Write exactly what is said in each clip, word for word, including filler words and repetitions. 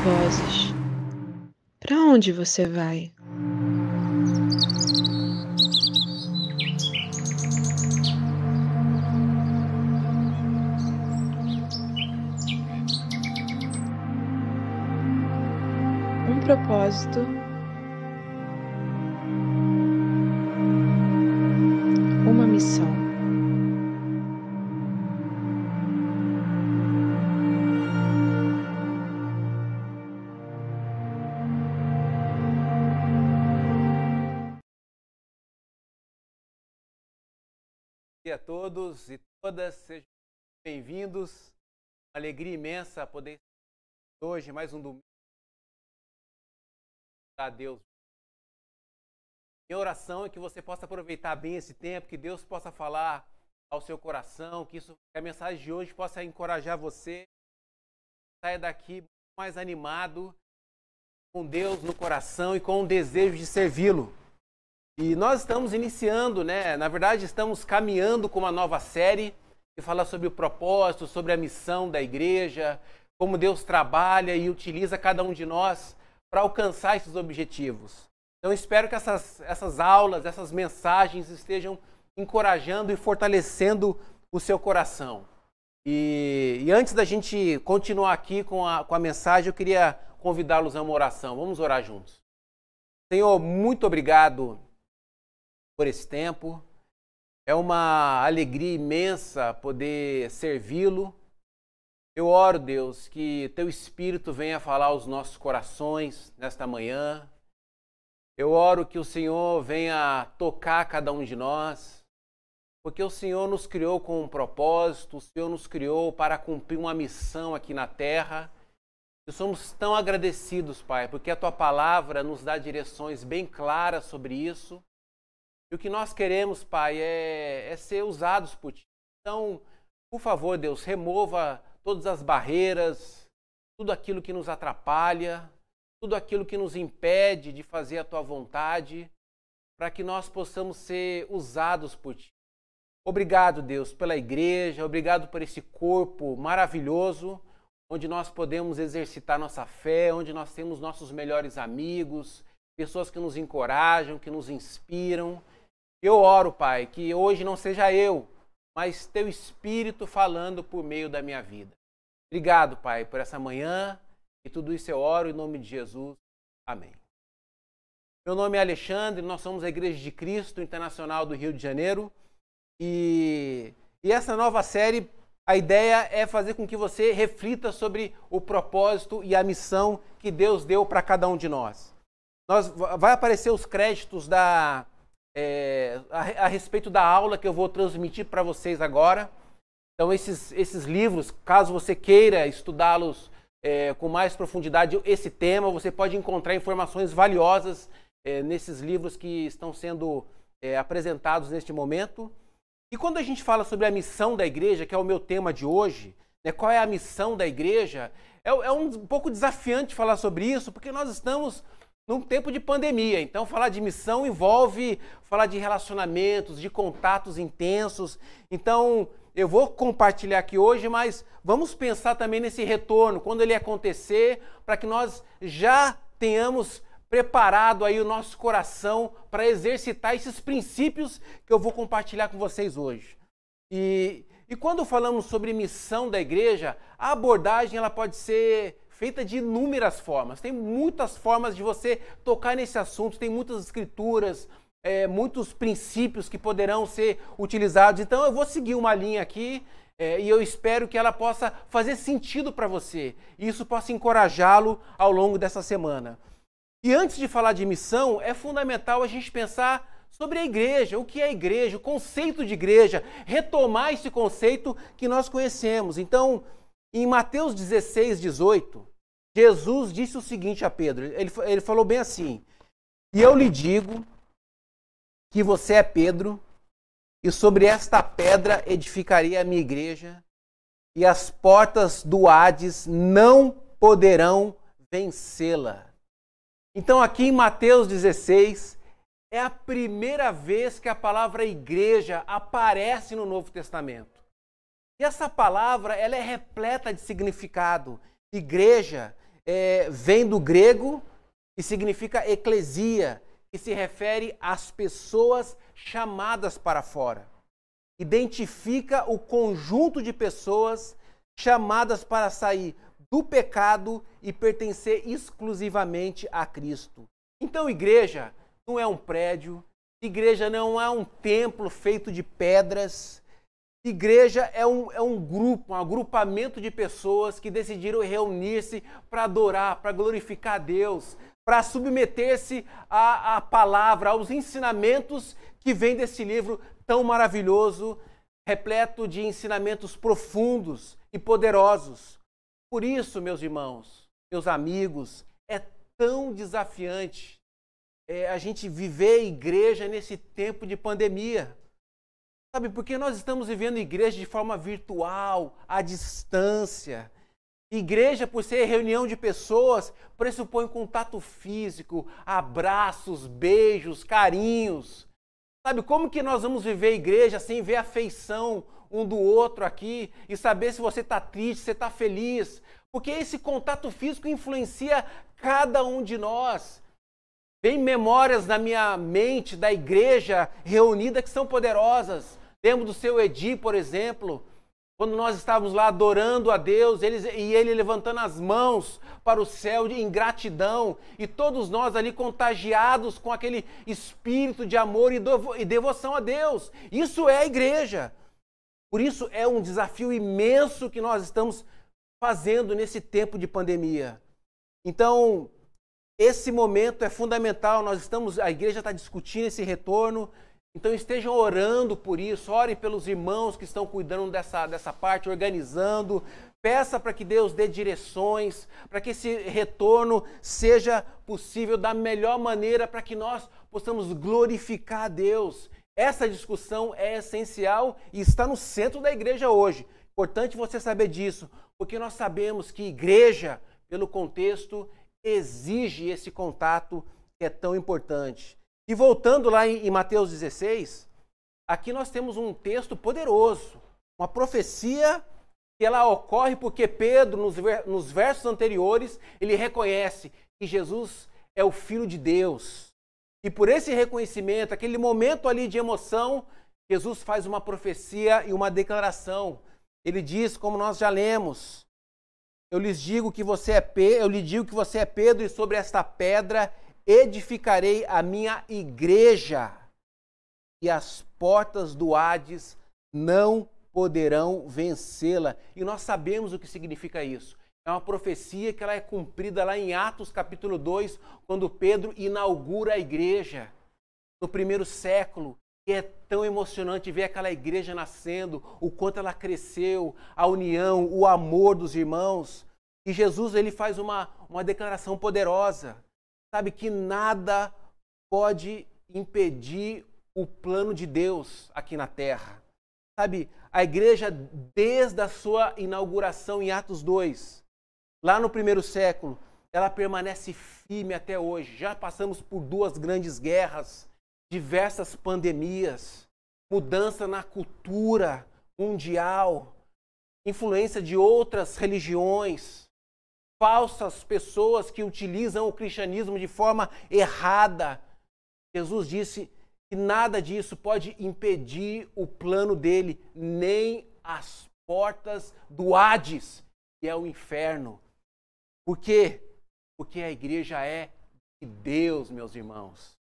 vozes. Para onde você vai? Um propósito, uma missão. Bom dia a todos e todas, sejam bem-vindos. Uma alegria imensa poder estar hoje, mais um domingo. A Deus. Minha oração é que você possa aproveitar bem esse tempo, que Deus possa falar ao seu coração, que, isso, que a mensagem de hoje possa encorajar você, saia daqui mais animado, com Deus no coração e com o desejo de servi-lo. E nós estamos iniciando, né? Na verdade, estamos caminhando com uma nova série que fala sobre o propósito, sobre a missão da igreja, como Deus trabalha e utiliza cada um de nós para alcançar esses objetivos. Então, espero que essas, essas aulas, essas mensagens estejam encorajando e fortalecendo o seu coração. E, e antes da gente continuar aqui com a, com a mensagem, eu queria convidá-los a uma oração. Vamos orar juntos. Senhor, muito obrigado por esse tempo. É uma alegria imensa poder servi-lo. Eu oro, Deus, que Teu Espírito venha falar aos nossos corações nesta manhã. Eu oro que o Senhor venha tocar cada um de nós, porque o Senhor nos criou com um propósito, o Senhor nos criou para cumprir uma missão aqui na terra. E somos tão agradecidos, Pai, porque a Tua palavra nos dá direções bem claras sobre isso. E o que nós queremos, Pai, é, é ser usados por Ti. Então, por favor, Deus, remova todas as barreiras, tudo aquilo que nos atrapalha, tudo aquilo que nos impede de fazer a Tua vontade, para que nós possamos ser usados por Ti. Obrigado, Deus, pela igreja, obrigado por esse corpo maravilhoso, onde nós podemos exercitar nossa fé, onde nós temos nossos melhores amigos, pessoas que nos encorajam, que nos inspiram. Eu oro, Pai, que hoje não seja eu, mas Teu Espírito falando por meio da minha vida. Obrigado, Pai, por essa manhã e tudo isso eu oro em nome de Jesus. Amém. Meu nome é Alexandre, nós somos a Igreja de Cristo Internacional do Rio de Janeiro e, e essa nova série, a ideia é fazer com que você reflita sobre o propósito e a missão que Deus deu para cada um de nós. Nós, vai aparecer os créditos da, é, a, a respeito da aula que eu vou transmitir para vocês agora. Então, esses, esses livros, caso você queira estudá-los é, com mais profundidade, esse tema, você pode encontrar informações valiosas é, nesses livros que estão sendo é, apresentados neste momento. E quando a gente fala sobre a missão da igreja, que é o meu tema de hoje, né, qual é a missão da igreja, é, é um pouco desafiante falar sobre isso, porque nós estamos num tempo de pandemia. Então, falar de missão envolve falar de relacionamentos, de contatos intensos. Então, eu vou compartilhar aqui hoje, mas vamos pensar também nesse retorno, quando ele acontecer, para que nós já tenhamos preparado aí o nosso coração para exercitar esses princípios que eu vou compartilhar com vocês hoje. E, e quando falamos sobre missão da igreja, a abordagem ela pode ser feita de inúmeras formas. Tem muitas formas de você tocar nesse assunto, tem muitas escrituras, é, muitos princípios que poderão ser utilizados. Então eu vou seguir uma linha aqui é, e eu espero que ela possa fazer sentido para você e isso possa encorajá-lo ao longo dessa semana. E antes de falar de missão, é fundamental a gente pensar sobre a igreja, o que é a igreja, o conceito de igreja, retomar esse conceito que nós conhecemos. Então, em Mateus dezesseis, dezoito, Jesus disse o seguinte a Pedro, ele, ele falou bem assim: e eu lhe digo que você é Pedro, e sobre esta pedra edificarei a minha igreja, e as portas do Hades não poderão vencê-la. Então aqui em Mateus dezesseis, é a primeira vez que a palavra igreja aparece no Novo Testamento. E essa palavra ela é repleta de significado. Igreja é, vem do grego e significa eclesia, que se refere às pessoas chamadas para fora. Identifica o conjunto de pessoas chamadas para sair do pecado e pertencer exclusivamente a Cristo. Então, igreja não é um prédio, igreja não é um templo feito de pedras, igreja é um, é um grupo, um agrupamento de pessoas que decidiram reunir-se para adorar, para glorificar a Deus, para submeter-se à, à palavra, aos ensinamentos que vêm desse livro tão maravilhoso, repleto de ensinamentos profundos e poderosos. Por isso, meus irmãos, meus amigos, é tão desafiante é, a gente viver igreja nesse tempo de pandemia. Sabe, porque nós estamos vivendo igreja de forma virtual, à distância. Igreja, por ser reunião de pessoas, pressupõe contato físico, abraços, beijos, carinhos. Sabe, como que nós vamos viver igreja sem ver a afeição um do outro aqui e saber se você está triste, se está feliz? Porque esse contato físico influencia cada um de nós. Vem memórias na minha mente da igreja reunida que são poderosas. Lembro do seu Edi, por exemplo, quando nós estávamos lá adorando a Deus, ele, e ele levantando as mãos para o céu em gratidão, e todos nós ali contagiados com aquele espírito de amor e, devo, e devoção a Deus. Isso é a igreja. Por isso é um desafio imenso que nós estamos fazendo nesse tempo de pandemia. Então, esse momento é fundamental. Nós estamos, a igreja está discutindo esse retorno. Então estejam orando por isso, ore pelos irmãos que estão cuidando dessa, dessa parte, organizando. Peça para que Deus dê direções, para que esse retorno seja possível da melhor maneira, para que nós possamos glorificar a Deus. Essa discussão é essencial e está no centro da igreja hoje. Importante você saber disso, porque nós sabemos que igreja, pelo contexto, exige esse contato que é tão importante. E voltando lá em Mateus dezesseis, aqui nós temos um texto poderoso, uma profecia que ela ocorre porque Pedro, nos, nos versos anteriores, ele reconhece que Jesus é o Filho de Deus. E por esse reconhecimento, aquele momento ali de emoção, Jesus faz uma profecia e uma declaração. Ele diz, como nós já lemos, eu lhes digo que você é Pe- eu lhe digo que você é Pedro, e sobre esta pedra edificarei a minha igreja, e as portas do Hades não poderão vencê-la. E nós sabemos o que significa isso. É uma profecia que ela é cumprida lá em Atos capítulo dois, quando Pedro inaugura a igreja no primeiro século. E é tão emocionante ver aquela igreja nascendo, o quanto ela cresceu, a união, o amor dos irmãos. E Jesus ele faz uma, uma declaração poderosa. Sabe que nada pode impedir o plano de Deus aqui na terra. Sabe, a igreja, desde a sua inauguração em Atos dois, lá no primeiro século, ela permanece firme até hoje. Já passamos por duas grandes guerras, diversas pandemias, mudança na cultura mundial, influência de outras religiões, falsas pessoas que utilizam o cristianismo de forma errada. Jesus disse que nada disso pode impedir o plano dele, nem as portas do Hades, que é o inferno. Por quê? Porque a igreja é de Deus, meus irmãos.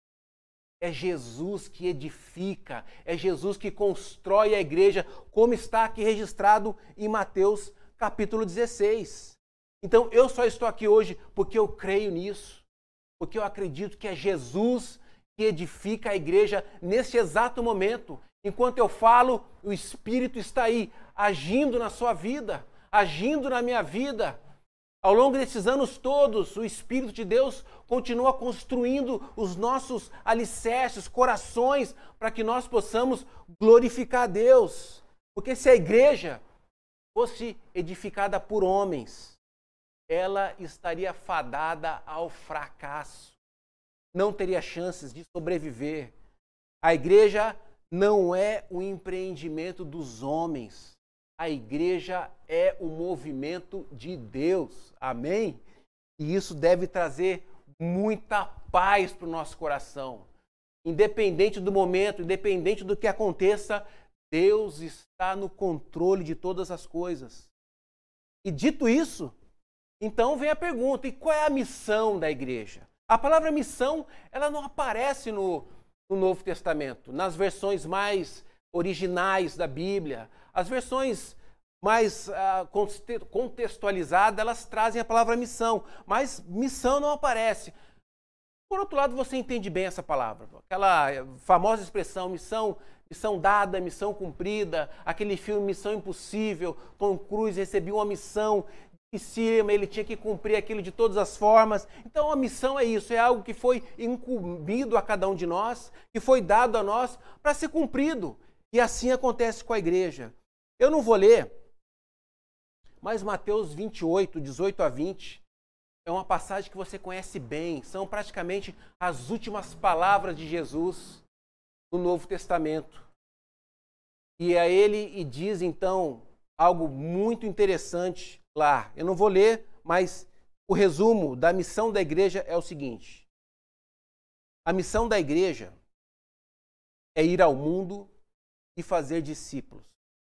É Jesus que edifica, é Jesus que constrói a igreja, como está aqui registrado em Mateus capítulo dezesseis. Então, eu só estou aqui hoje porque eu creio nisso, porque eu acredito que é Jesus que edifica a igreja nesse exato momento. Enquanto eu falo, o Espírito está aí, agindo na sua vida, agindo na minha vida. Ao longo desses anos todos, o Espírito de Deus continua construindo os nossos alicerces, corações, para que nós possamos glorificar a Deus. Porque se a igreja fosse edificada por homens, ela estaria fadada ao fracasso. Não teria chances de sobreviver. A igreja não é o empreendimento dos homens. A igreja é o movimento de Deus. Amém? E isso deve trazer muita paz para o nosso coração. Independente do momento, independente do que aconteça, Deus está no controle de todas as coisas. E dito isso, então vem a pergunta, e qual é a missão da igreja? A palavra missão, ela não aparece no, no Novo Testamento, nas versões mais originais da Bíblia. As versões mais uh, contextualizadas, elas trazem a palavra missão, mas missão não aparece. Por outro lado, você entende bem essa palavra, aquela famosa expressão, missão, missão dada, missão cumprida, aquele filme Missão Impossível, Tom Cruise recebeu uma missão de cima, ele tinha que cumprir aquilo de todas as formas. Então a missão é isso, é algo que foi incumbido a cada um de nós, que foi dado a nós para ser cumprido. E assim acontece com a igreja. Eu não vou ler, mas Mateus vinte e oito, dezoito a vinte, é uma passagem que você conhece bem. São praticamente as últimas palavras de Jesus no Novo Testamento. E a ele e diz então algo muito interessante lá. Eu não vou ler, mas o resumo da missão da igreja é o seguinte. A missão da igreja é ir ao mundo e fazer discípulos,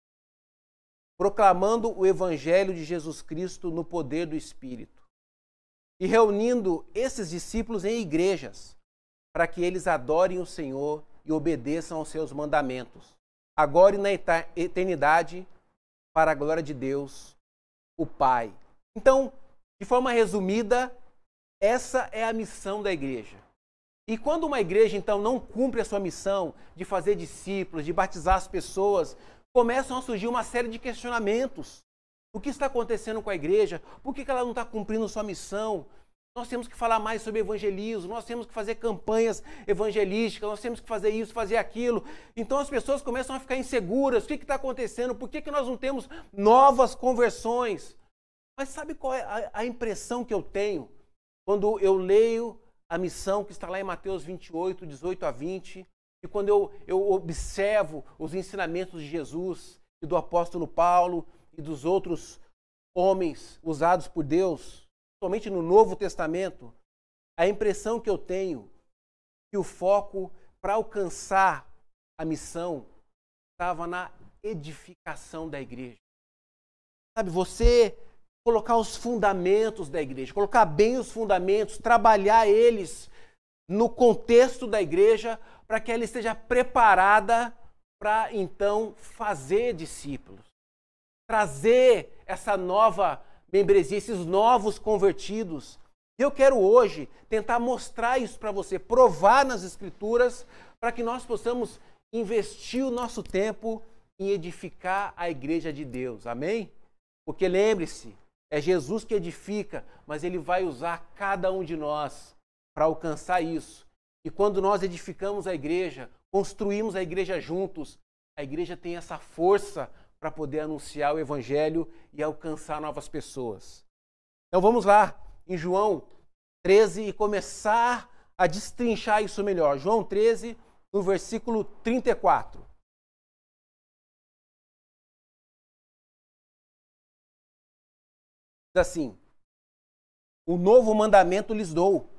proclamando o evangelho de Jesus Cristo no poder do Espírito e reunindo esses discípulos em igrejas para que eles adorem o Senhor e obedeçam aos seus mandamentos, agora e na eternidade, para a glória de Deus, o Pai. Então, de forma resumida, essa é a missão da igreja. E quando uma igreja, então, não cumpre a sua missão de fazer discípulos, de batizar as pessoas, começam a surgir uma série de questionamentos. O que está acontecendo com a igreja? Por que ela não está cumprindo sua missão? Nós temos que falar mais sobre evangelismo, nós temos que fazer campanhas evangelísticas, nós temos que fazer isso, fazer aquilo. Então as pessoas começam a ficar inseguras. O que está acontecendo? Por que, que nós não temos novas conversões? Mas sabe qual é a, a impressão que eu tenho quando eu leio a missão que está lá em Mateus vinte e oito, dezoito a vinte, e quando eu, eu observo os ensinamentos de Jesus e do apóstolo Paulo e dos outros homens usados por Deus, somente no Novo Testamento, a impressão que eu tenho é que o foco para alcançar a missão estava na edificação da igreja. Sabe, você colocar os fundamentos da igreja, colocar bem os fundamentos, trabalhar eles no contexto da igreja para que ela esteja preparada para, então, fazer discípulos. Trazer essa nova membresia, esses novos convertidos. Eu quero hoje tentar mostrar isso para você, provar nas Escrituras, para que nós possamos investir o nosso tempo em edificar a igreja de Deus. Amém? Porque lembre-se, é Jesus que edifica, mas Ele vai usar cada um de nós para alcançar isso. E quando nós edificamos a igreja, construímos a igreja juntos, a igreja tem essa força para poder anunciar o evangelho e alcançar novas pessoas. Então vamos lá, em João treze, e começar a destrinchar isso melhor. João treze, no versículo trinta e quatro. Diz assim: o novo mandamento lhes dou.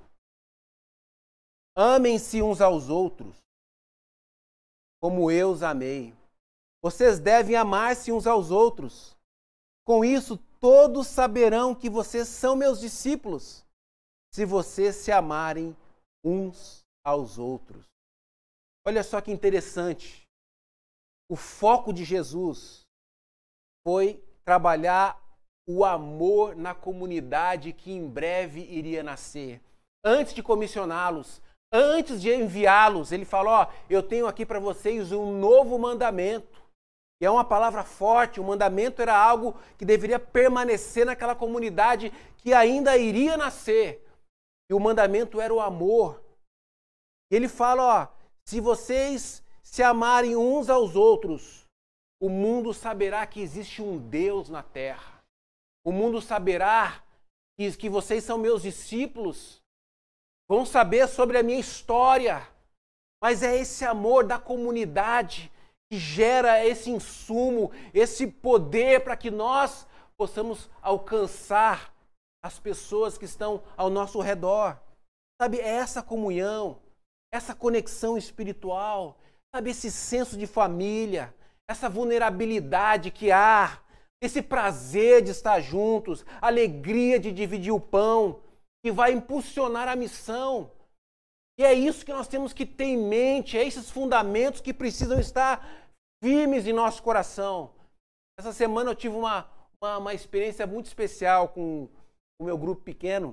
Amem-se uns aos outros, como eu os amei. Vocês devem amar-se uns aos outros. Com isso, todos saberão que vocês são meus discípulos, se vocês se amarem uns aos outros. Olha só que interessante. O foco de Jesus foi trabalhar o amor na comunidade que em breve iria nascer. Antes de comissioná-los, antes de enviá-los, ele falou: ó, eu tenho aqui para vocês um novo mandamento. E é uma palavra forte. O mandamento era algo que deveria permanecer naquela comunidade que ainda iria nascer. E o mandamento era o amor. E ele fala: ó, se vocês se amarem uns aos outros, o mundo saberá que existe um Deus na terra. O mundo saberá que, que vocês são meus discípulos. Vão saber sobre a minha história. Mas é esse amor da comunidade que gera esse insumo, esse poder para que nós possamos alcançar as pessoas que estão ao nosso redor. Sabe, é essa comunhão, essa conexão espiritual, sabe, esse senso de família, essa vulnerabilidade que há, esse prazer de estar juntos, a alegria de dividir o pão, que vai impulsionar a missão. E é isso que nós temos que ter em mente, é esses fundamentos que precisam estar firmes em nosso coração. Essa semana eu tive uma, uma, uma experiência muito especial com o meu grupo pequeno.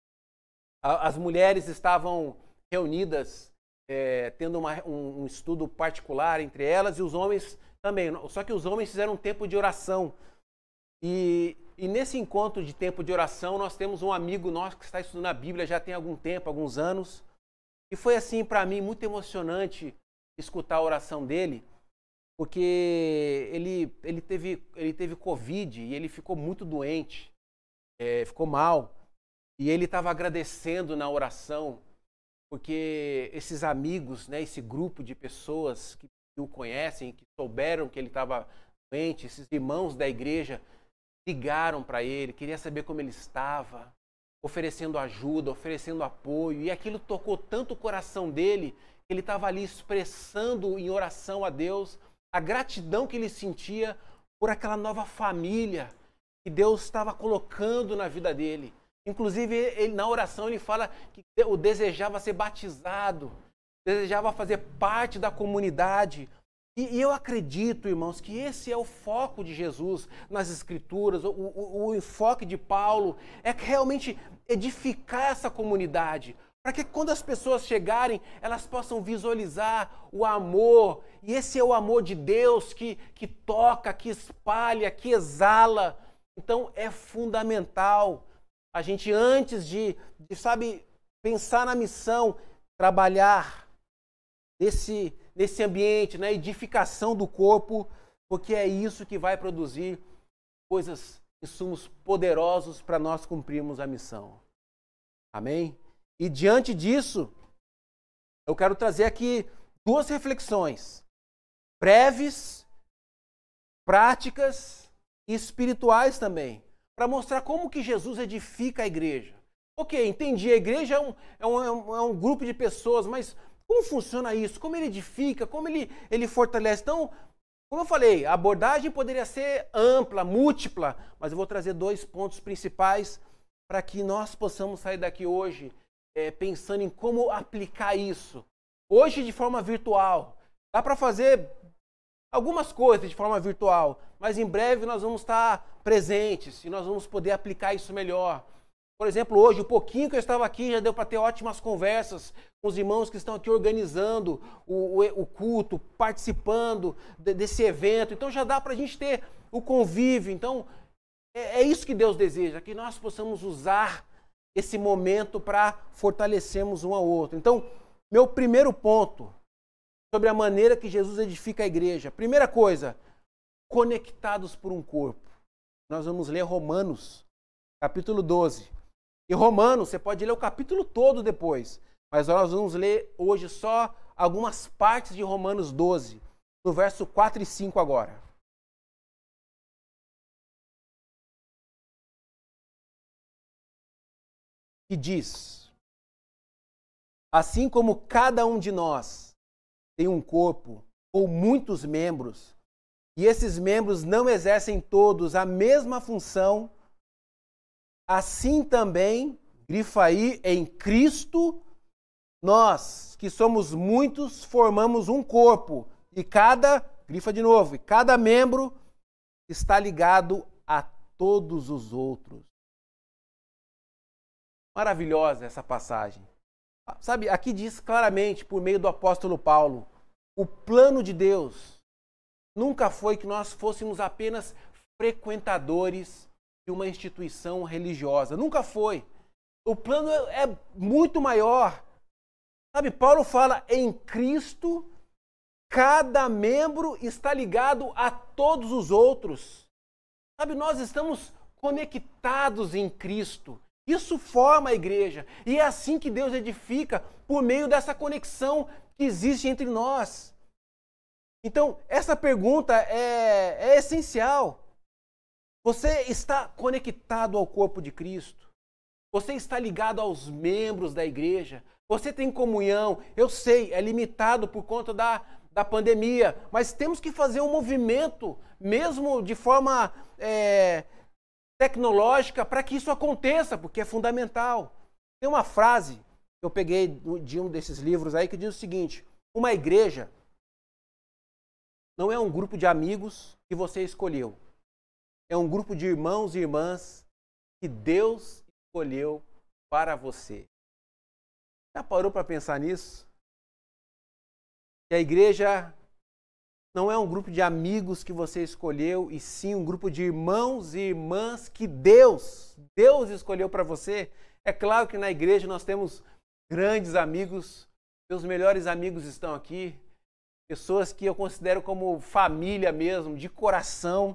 As mulheres estavam reunidas, é, tendo uma, um, um estudo particular entre elas, e os homens também. Só que os homens fizeram um tempo de oração. E, e nesse encontro de tempo de oração, nós temos um amigo nosso que está estudando a Bíblia já tem algum tempo, alguns anos. E foi assim, para mim, muito emocionante escutar a oração dele, porque ele, ele, teve, ele teve Covid e ele ficou muito doente, é, ficou mal. E ele estava agradecendo na oração, porque esses amigos, né, esse grupo de pessoas que o conhecem, que souberam que ele estava doente, esses irmãos da igreja, ligaram para ele, queria saber como ele estava, oferecendo ajuda, oferecendo apoio. E aquilo tocou tanto o coração dele, que ele estava ali expressando em oração a Deus a gratidão que ele sentia por aquela nova família que Deus estava colocando na vida dele. Inclusive, ele, na oração, ele fala que o desejava ser batizado, desejava fazer parte da comunidade. E, e eu acredito, irmãos, que esse é o foco de Jesus nas Escrituras, o, o, o enfoque de Paulo é realmente edificar essa comunidade, para que quando as pessoas chegarem, elas possam visualizar o amor. E esse é o amor de Deus que, que toca, que espalha, que exala. Então, é fundamental a gente, antes de, de, sabe, pensar na missão, trabalhar nesse, nesse ambiente, na edificação do corpo, porque é isso que vai produzir coisas, insumos poderosos para nós cumprirmos a missão. Amém? E diante disso, eu quero trazer aqui duas reflexões, breves, práticas e espirituais também, para mostrar como que Jesus edifica a igreja. Ok, entendi, a igreja é um, é, um, é um grupo de pessoas, mas como funciona isso? Como ele edifica? Como ele, ele fortalece? Então, como eu falei, a abordagem poderia ser ampla, múltipla, mas eu vou trazer dois pontos principais para que nós possamos sair daqui hoje é, pensando em como aplicar isso. Hoje de forma virtual. Dá para fazer algumas coisas de forma virtual, mas em breve nós vamos estar presentes e nós vamos poder aplicar isso melhor. Por exemplo, hoje, o pouquinho que eu estava aqui já deu para ter ótimas conversas com os irmãos que estão aqui organizando o, o, o culto, participando de, desse evento. Então já dá para a gente ter o convívio. Então é, é isso que Deus deseja, que nós possamos usar esse momento para fortalecermos um ao outro. Então, meu primeiro ponto sobre a maneira que Jesus edifica a igreja. Primeira coisa, conectados por um corpo. Nós vamos ler Romanos, capítulo doze. E Romanos, você pode ler o capítulo todo depois, mas nós vamos ler hoje só algumas partes de Romanos doze, no verso quatro e cinco agora. Que diz: assim como cada um de nós tem um corpo ou muitos membros, e esses membros não exercem todos a mesma função, assim também, grifa aí, em Cristo, nós, que somos muitos, formamos um corpo, e cada, grifa de novo, e cada membro está ligado a todos os outros. Maravilhosa essa passagem. Sabe, aqui diz claramente, por meio do apóstolo Paulo, o plano de Deus nunca foi que nós fôssemos apenas frequentadores de uma instituição religiosa. Nunca foi. O plano é muito maior. Sabe, Paulo fala, em Cristo, cada membro está ligado a todos os outros. Sabe, nós estamos conectados em Cristo. Isso forma a igreja. E é assim que Deus edifica, por meio dessa conexão que existe entre nós. Então, essa pergunta é, é essencial. Você está conectado ao corpo de Cristo? Você está ligado aos membros da igreja? Você tem comunhão? Eu sei, é limitado por conta da, da pandemia, mas temos que fazer um movimento, mesmo de forma é, tecnológica, para que isso aconteça, porque é fundamental. Tem uma frase que eu peguei de um desses livros aí que diz o seguinte: uma igreja não é um grupo de amigos que você escolheu. É um grupo de irmãos e irmãs que Deus escolheu para você. Já parou para pensar nisso? Que a igreja não é um grupo de amigos que você escolheu, e sim um grupo de irmãos e irmãs que Deus, Deus escolheu para você. É claro que na igreja nós temos grandes amigos, meus melhores amigos estão aqui, pessoas que eu considero como família mesmo, de coração.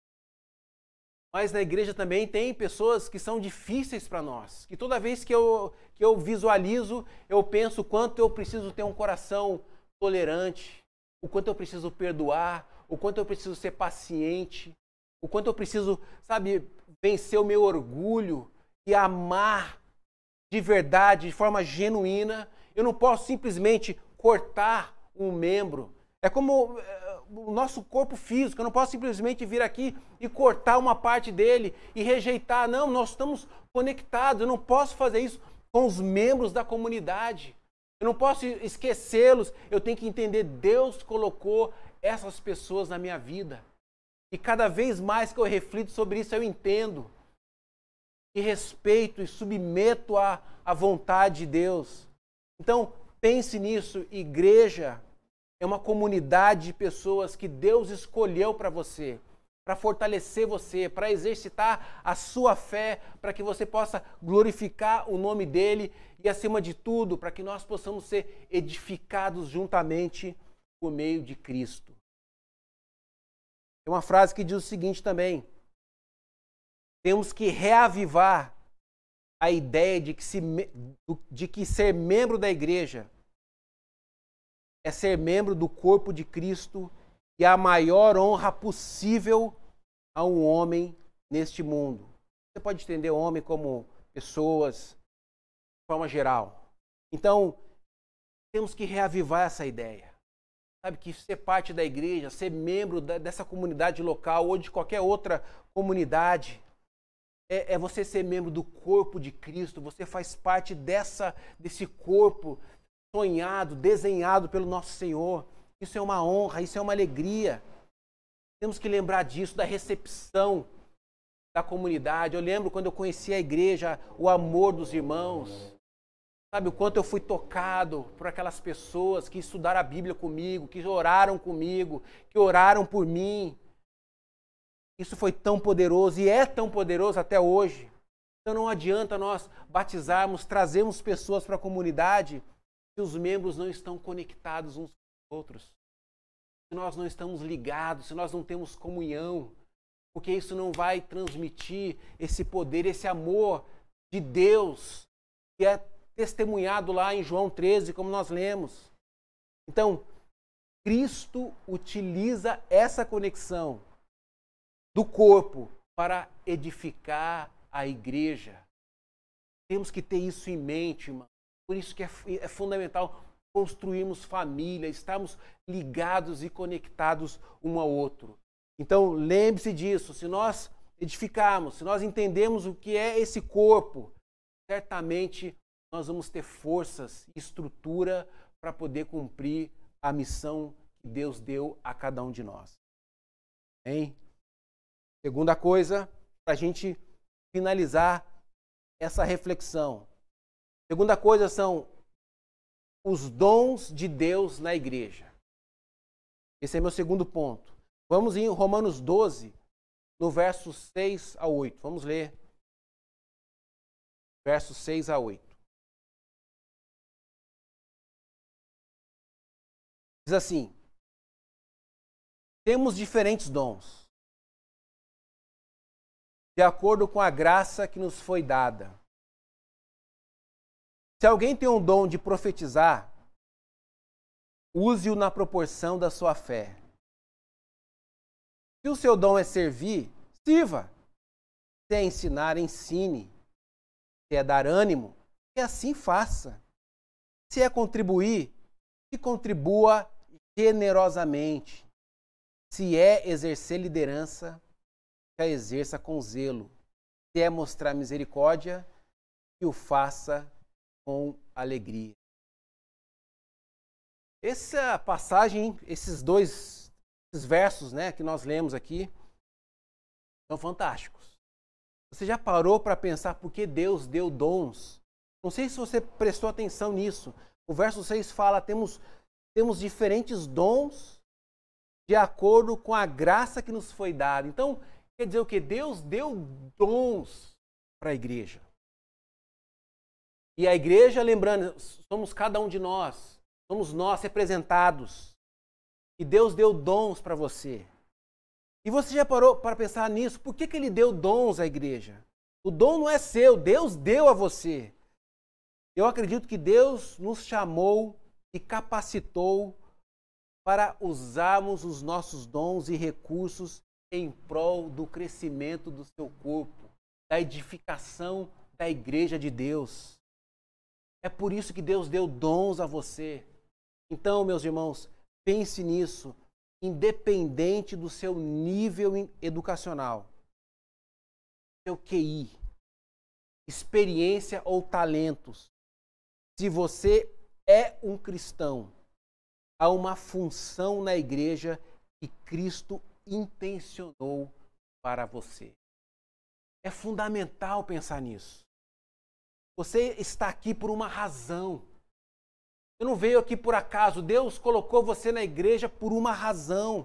Mas na igreja também tem pessoas que são difíceis para nós, que toda vez que eu, que eu visualizo, eu penso o quanto eu preciso ter um coração tolerante, o quanto eu preciso perdoar, o quanto eu preciso ser paciente, o quanto eu preciso, sabe, vencer o meu orgulho e amar de verdade, de forma genuína. Eu não posso simplesmente cortar um membro. É como o nosso corpo físico, eu não posso simplesmente vir aqui e cortar uma parte dele e rejeitar. Não, nós estamos conectados, eu não posso fazer isso com os membros da comunidade. Eu não posso esquecê-los, eu tenho que entender, Deus colocou essas pessoas na minha vida. E cada vez mais que eu reflito sobre isso, eu entendo. E respeito e submeto à, à vontade de Deus. Então, pense nisso, igreja é uma comunidade de pessoas que Deus escolheu para você, para fortalecer você, para exercitar a sua fé, para que você possa glorificar o nome dele e, acima de tudo, para que nós possamos ser edificados juntamente por meio de Cristo. Tem uma frase que diz o seguinte também: temos que reavivar a ideia de que, se, de que ser membro da igreja é ser membro do corpo de Cristo e a maior honra possível a um homem neste mundo. Você pode entender o homem como pessoas, de forma geral. Então, temos que reavivar essa ideia. Sabe, que ser parte da igreja, ser membro da, dessa comunidade local ou de qualquer outra comunidade, é, é você ser membro do corpo de Cristo. Você faz parte dessa, desse corpo sonhado, desenhado pelo nosso Senhor. Isso é uma honra, isso é uma alegria. Temos que lembrar disso, da recepção da comunidade. Eu lembro quando eu conheci a igreja, o amor dos irmãos. Sabe, o quanto eu fui tocado por aquelas pessoas que estudaram a Bíblia comigo, que oraram comigo, que oraram por mim. Isso foi tão poderoso e é tão poderoso até hoje. Então não adianta nós batizarmos, trazermos pessoas para a comunidade se os membros não estão conectados uns com os outros. Se nós não estamos ligados, se nós não temos comunhão, porque isso não vai transmitir esse poder, esse amor de Deus, que é testemunhado lá em João treze, como nós lemos. Então, Cristo utiliza essa conexão do corpo para edificar a igreja. Temos que ter isso em mente, irmão. Por isso que é, é fundamental construirmos família, estarmos ligados e conectados um ao outro. Então, lembre-se disso. Se nós edificarmos, se nós entendemos o que é esse corpo, certamente nós vamos ter forças e estrutura para poder cumprir a missão que Deus deu a cada um de nós. Hein? Segunda coisa, para a gente finalizar essa reflexão. Segunda coisa são os dons de Deus na igreja. Esse é meu segundo ponto. Vamos em Romanos doze, no verso seis a oito. Vamos ler. Versos seis a oito. Diz assim: temos diferentes dons, de acordo com a graça que nos foi dada. Se alguém tem um dom de profetizar, use-o na proporção da sua fé. Se o seu dom é servir, sirva. Se é ensinar, ensine. Se é dar ânimo, que assim faça. Se é contribuir, que contribua generosamente. Se é exercer liderança, que a exerça com zelo. Se é mostrar misericórdia, que o faça com alegria. Essa passagem, esses dois esses versos, né, que nós lemos aqui, são fantásticos. Você já parou para pensar por que Deus deu dons? Não sei se você prestou atenção nisso. O verso seis fala, temos, temos diferentes dons de acordo com a graça que nos foi dada. Então, quer dizer o quê? Deus deu dons para a igreja. E a igreja, lembrando, somos cada um de nós. Somos nós representados. E Deus deu dons para você. E você já parou para pensar nisso? Por que, que ele deu dons à igreja? O dom não é seu, Deus deu a você. Eu acredito que Deus nos chamou e capacitou para usarmos os nossos dons e recursos em prol do crescimento do seu corpo, da edificação da igreja de Deus. É por isso que Deus deu dons a você. Então, meus irmãos, pense nisso, independente do seu nível educacional, seu Q I, experiência ou talentos. Se você é um cristão, há uma função na igreja que Cristo intencionou para você. É fundamental pensar nisso. Você está aqui por uma razão. Você não veio aqui por acaso. Deus colocou você na igreja por uma razão.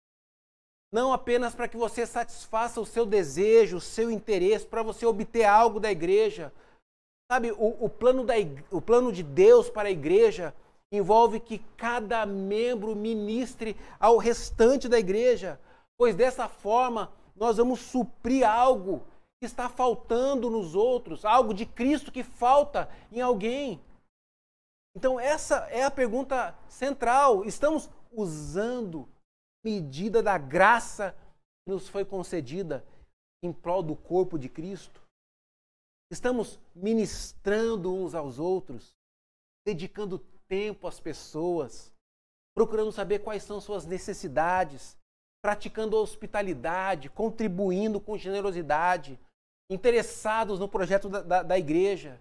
Não apenas para que você satisfaça o seu desejo, o seu interesse, para você obter algo da igreja. Sabe, o, o, plano da, o plano de Deus para a igreja envolve que cada membro ministre ao restante da igreja, pois dessa forma nós vamos suprir algo que está faltando nos outros, algo de Cristo que falta em alguém. Então essa é a pergunta central. Estamos usando medida da graça que nos foi concedida em prol do corpo de Cristo? Estamos ministrando uns aos outros, dedicando tempo às pessoas, procurando saber quais são suas necessidades, praticando a hospitalidade, contribuindo com generosidade, interessados no projeto da, da, da igreja.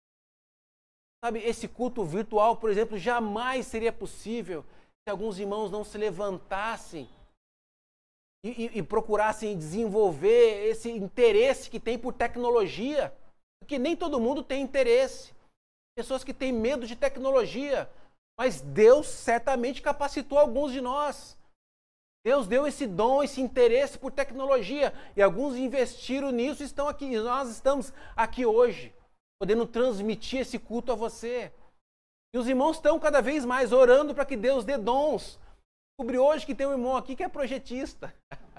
Sabe, esse culto virtual, por exemplo, jamais seria possível se alguns irmãos não se levantassem e, e, e procurassem desenvolver esse interesse que tem por tecnologia, porque nem todo mundo tem interesse. Pessoas que têm medo de tecnologia, mas Deus certamente capacitou alguns de nós. Deus deu esse dom, esse interesse por tecnologia, e alguns investiram nisso e estão aqui. E nós estamos aqui hoje, podendo transmitir esse culto a você. E os irmãos estão cada vez mais orando para que Deus dê dons. Descobri hoje que tem um irmão aqui que é projetista.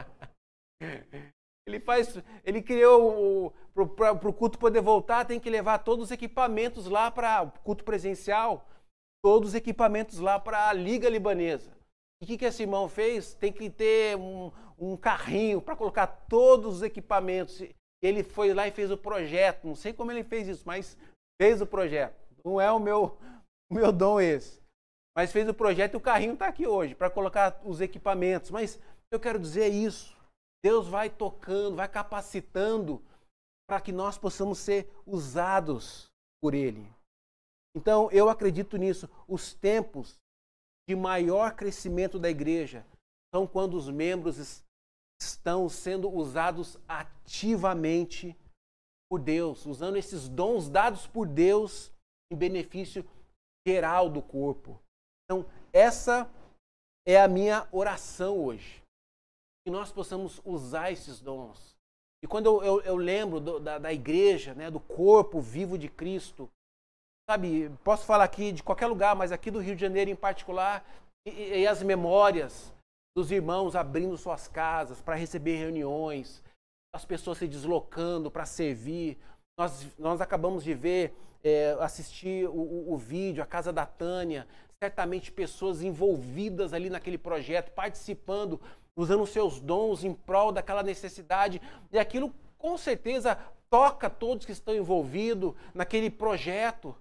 Ele faz, ele criou, para o culto poder voltar, tem que levar todos os equipamentos lá para o culto presencial, todos os equipamentos lá para a Liga Libanesa. E o que, que esse irmão fez? Tem que ter um, um carrinho para colocar todos os equipamentos. Ele foi lá e fez o projeto. Não sei como ele fez isso, mas fez o projeto. Não é o meu, o meu dom esse. Mas fez o projeto e o carrinho está aqui hoje para colocar os equipamentos. Mas eu quero dizer isso. Deus vai tocando, vai capacitando para que nós possamos ser usados por Ele. Então, eu acredito nisso. Os tempos de maior crescimento da igreja são quando os membros estão sendo usados ativamente por Deus, usando esses dons dados por Deus em benefício geral do corpo. Então, essa é a minha oração hoje. Que nós possamos usar esses dons. E quando eu, eu, eu lembro do, da, da igreja, né, do corpo vivo de Cristo, sabe, posso falar aqui de qualquer lugar, mas aqui do Rio de Janeiro em particular, e, e as memórias dos irmãos abrindo suas casas para receber reuniões, as pessoas se deslocando para servir. Nós, nós acabamos de ver, é, assistir o, o, o vídeo, a casa da Tânia, certamente pessoas envolvidas ali naquele projeto, participando, usando seus dons em prol daquela necessidade, e aquilo com certeza toca todos que estão envolvidos naquele projeto.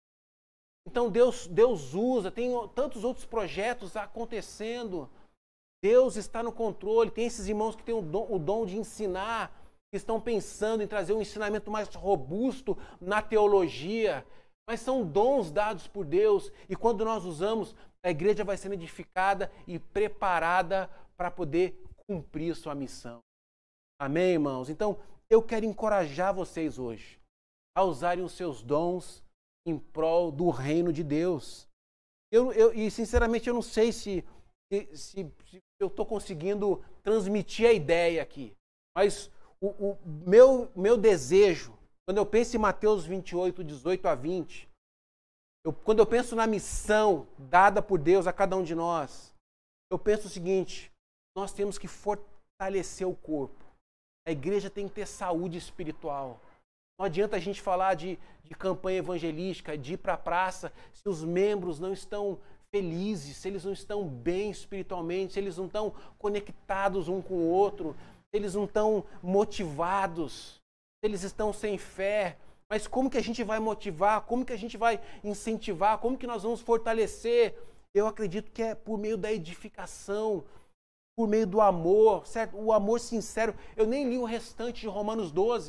Então Deus, Deus usa, tem tantos outros projetos acontecendo. Deus está no controle, tem esses irmãos que têm o dom, o dom de ensinar, que estão pensando em trazer um ensinamento mais robusto na teologia, mas são dons dados por Deus, e quando nós usamos, a igreja vai sendo edificada e preparada para poder cumprir sua missão. Amém, irmãos? Então, eu quero encorajar vocês hoje a usarem os seus dons em prol do reino de Deus. Eu, eu, e, sinceramente, eu não sei se, se, se, se eu estou conseguindo transmitir a ideia aqui, mas o, o meu, meu desejo, quando eu penso em Mateus vinte e oito, dezoito a vinte, eu, quando eu penso na missão dada por Deus a cada um de nós, eu penso o seguinte: nós temos que fortalecer o corpo. A igreja tem que ter saúde espiritual. Não adianta a gente falar de, de campanha evangelística, de ir para a praça, se os membros não estão felizes, se eles não estão bem espiritualmente, se eles não estão conectados um com o outro, se eles não estão motivados, se eles estão sem fé. Mas como que a gente vai motivar? Como que a gente vai incentivar? Como que nós vamos fortalecer? Eu acredito que é por meio da edificação, por meio do amor, certo? O amor sincero. Eu nem li o restante de Romanos doze.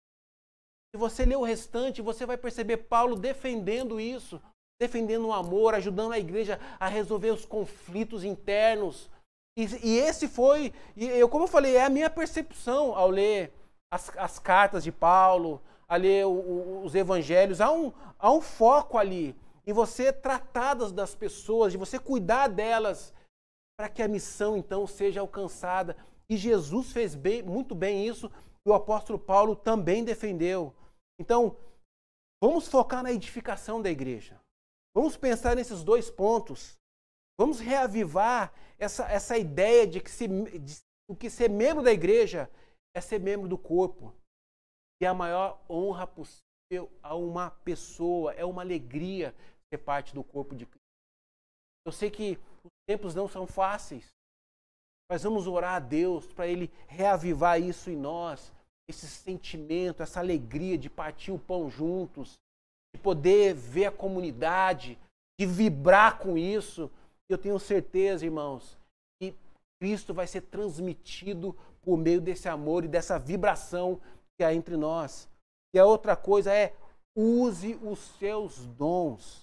Se você ler o restante, você vai perceber Paulo defendendo isso, defendendo o amor, ajudando a igreja a resolver os conflitos internos. E, e esse foi, e eu, como eu falei, é a minha percepção ao ler as, as cartas de Paulo, a ler o, o, os evangelhos. Há um, há um foco ali em você tratar das, das pessoas, de você cuidar delas, para que a missão, então, seja alcançada. E Jesus fez bem, muito bem isso, e o apóstolo Paulo também defendeu. Então, vamos focar na edificação da igreja. Vamos pensar nesses dois pontos. Vamos reavivar essa, essa ideia de que, se, de, de que ser membro da igreja é ser membro do corpo. E a maior honra possível a uma pessoa, é uma alegria ser parte do corpo de Cristo. Eu sei que os tempos não são fáceis, mas vamos orar a Deus para Ele reavivar isso em nós, esse sentimento, essa alegria de partir o pão juntos, de poder ver a comunidade, de vibrar com isso. Eu tenho certeza, irmãos, que Cristo vai ser transmitido por meio desse amor e dessa vibração que há entre nós. E a outra coisa é, use os seus dons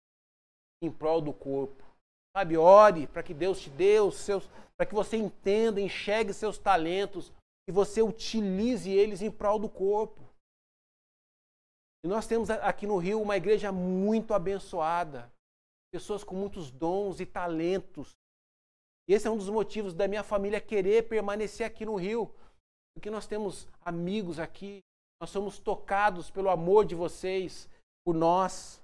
em prol do corpo. Sabe, ore para que Deus te dê os seus, para que você entenda, enxergue seus talentos e você utilize eles em prol do corpo. E nós temos aqui no Rio uma igreja muito abençoada, pessoas com muitos dons e talentos. E esse é um dos motivos da minha família querer permanecer aqui no Rio, porque nós temos amigos aqui, nós somos tocados pelo amor de vocês, por nós.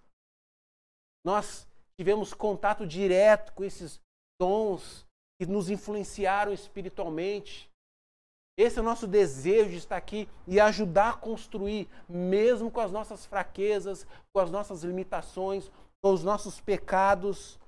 Nós tivemos contato direto com esses dons que nos influenciaram espiritualmente. Esse é o nosso desejo de estar aqui e ajudar a construir, mesmo com as nossas fraquezas, com as nossas limitações, com os nossos pecados.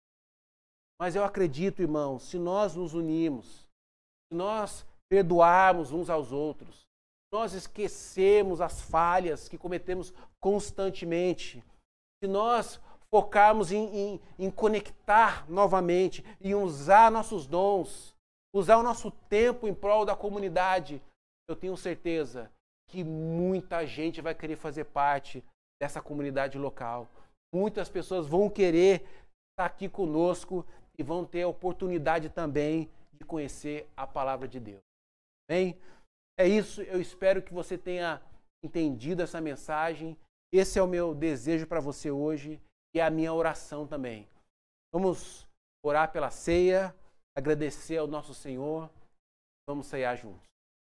Mas eu acredito, irmãos, se nós nos unirmos, se nós perdoarmos uns aos outros, se nós esquecermos as falhas que cometemos constantemente, se nós focarmos em, em, em conectar novamente, em usar nossos dons, usar o nosso tempo em prol da comunidade, eu tenho certeza que muita gente vai querer fazer parte dessa comunidade local. Muitas pessoas vão querer estar aqui conosco e vão ter a oportunidade também de conhecer a palavra de Deus. Bem, é isso. Eu espero que você tenha entendido essa mensagem. Esse é o meu desejo para você hoje e é a minha oração também. Vamos orar pela ceia, agradecer ao nosso Senhor. Vamos ceiar juntos.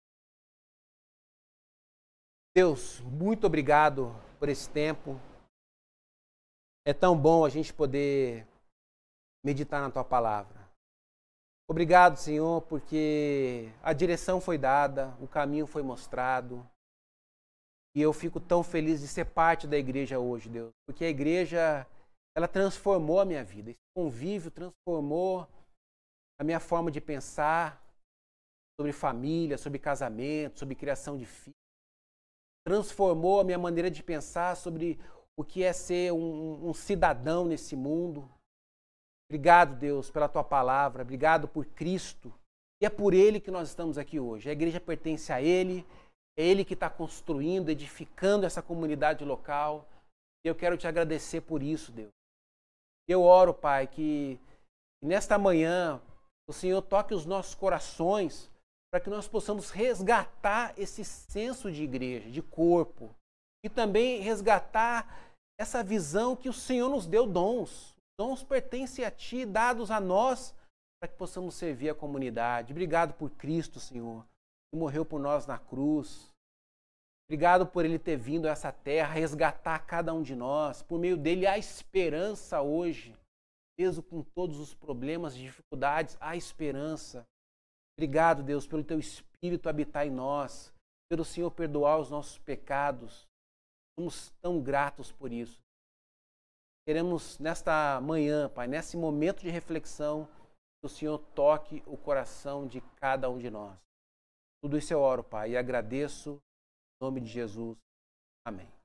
Deus, muito obrigado por esse tempo. É tão bom a gente poder meditar na Tua palavra. Obrigado, Senhor, porque a direção foi dada, o caminho foi mostrado. E eu fico tão feliz de ser parte da igreja hoje, Deus. Porque a igreja, ela transformou a minha vida. Esse convívio transformou a minha forma de pensar. sobre família, sobre casamento, sobre criação de filhos. Transformou a minha maneira de pensar sobre o que é ser um, um cidadão nesse mundo. Obrigado, Deus, pela tua palavra. Obrigado por Cristo. E é por Ele que nós estamos aqui hoje. A igreja pertence a Ele. É Ele que está construindo, edificando essa comunidade local. E eu quero te agradecer por isso, Deus. Eu oro, Pai, que nesta manhã o Senhor toque os nossos corações para que nós possamos resgatar esse senso de igreja, de corpo. E também resgatar essa visão que o Senhor nos deu dons. Dons pertencem a Ti, dados a nós, para que possamos servir a comunidade. Obrigado por Cristo, Senhor, que morreu por nós na cruz. Obrigado por Ele ter vindo a essa terra, resgatar cada um de nós. Por meio dele há esperança hoje. Mesmo com todos os problemas e dificuldades, há esperança. Obrigado, Deus, pelo Teu Espírito habitar em nós, pelo Senhor perdoar os nossos pecados. Somos tão gratos por isso. Queremos nesta manhã, Pai, nesse momento de reflexão, que o Senhor toque o coração de cada um de nós. Tudo isso eu oro, Pai, e agradeço em nome de Jesus. Amém.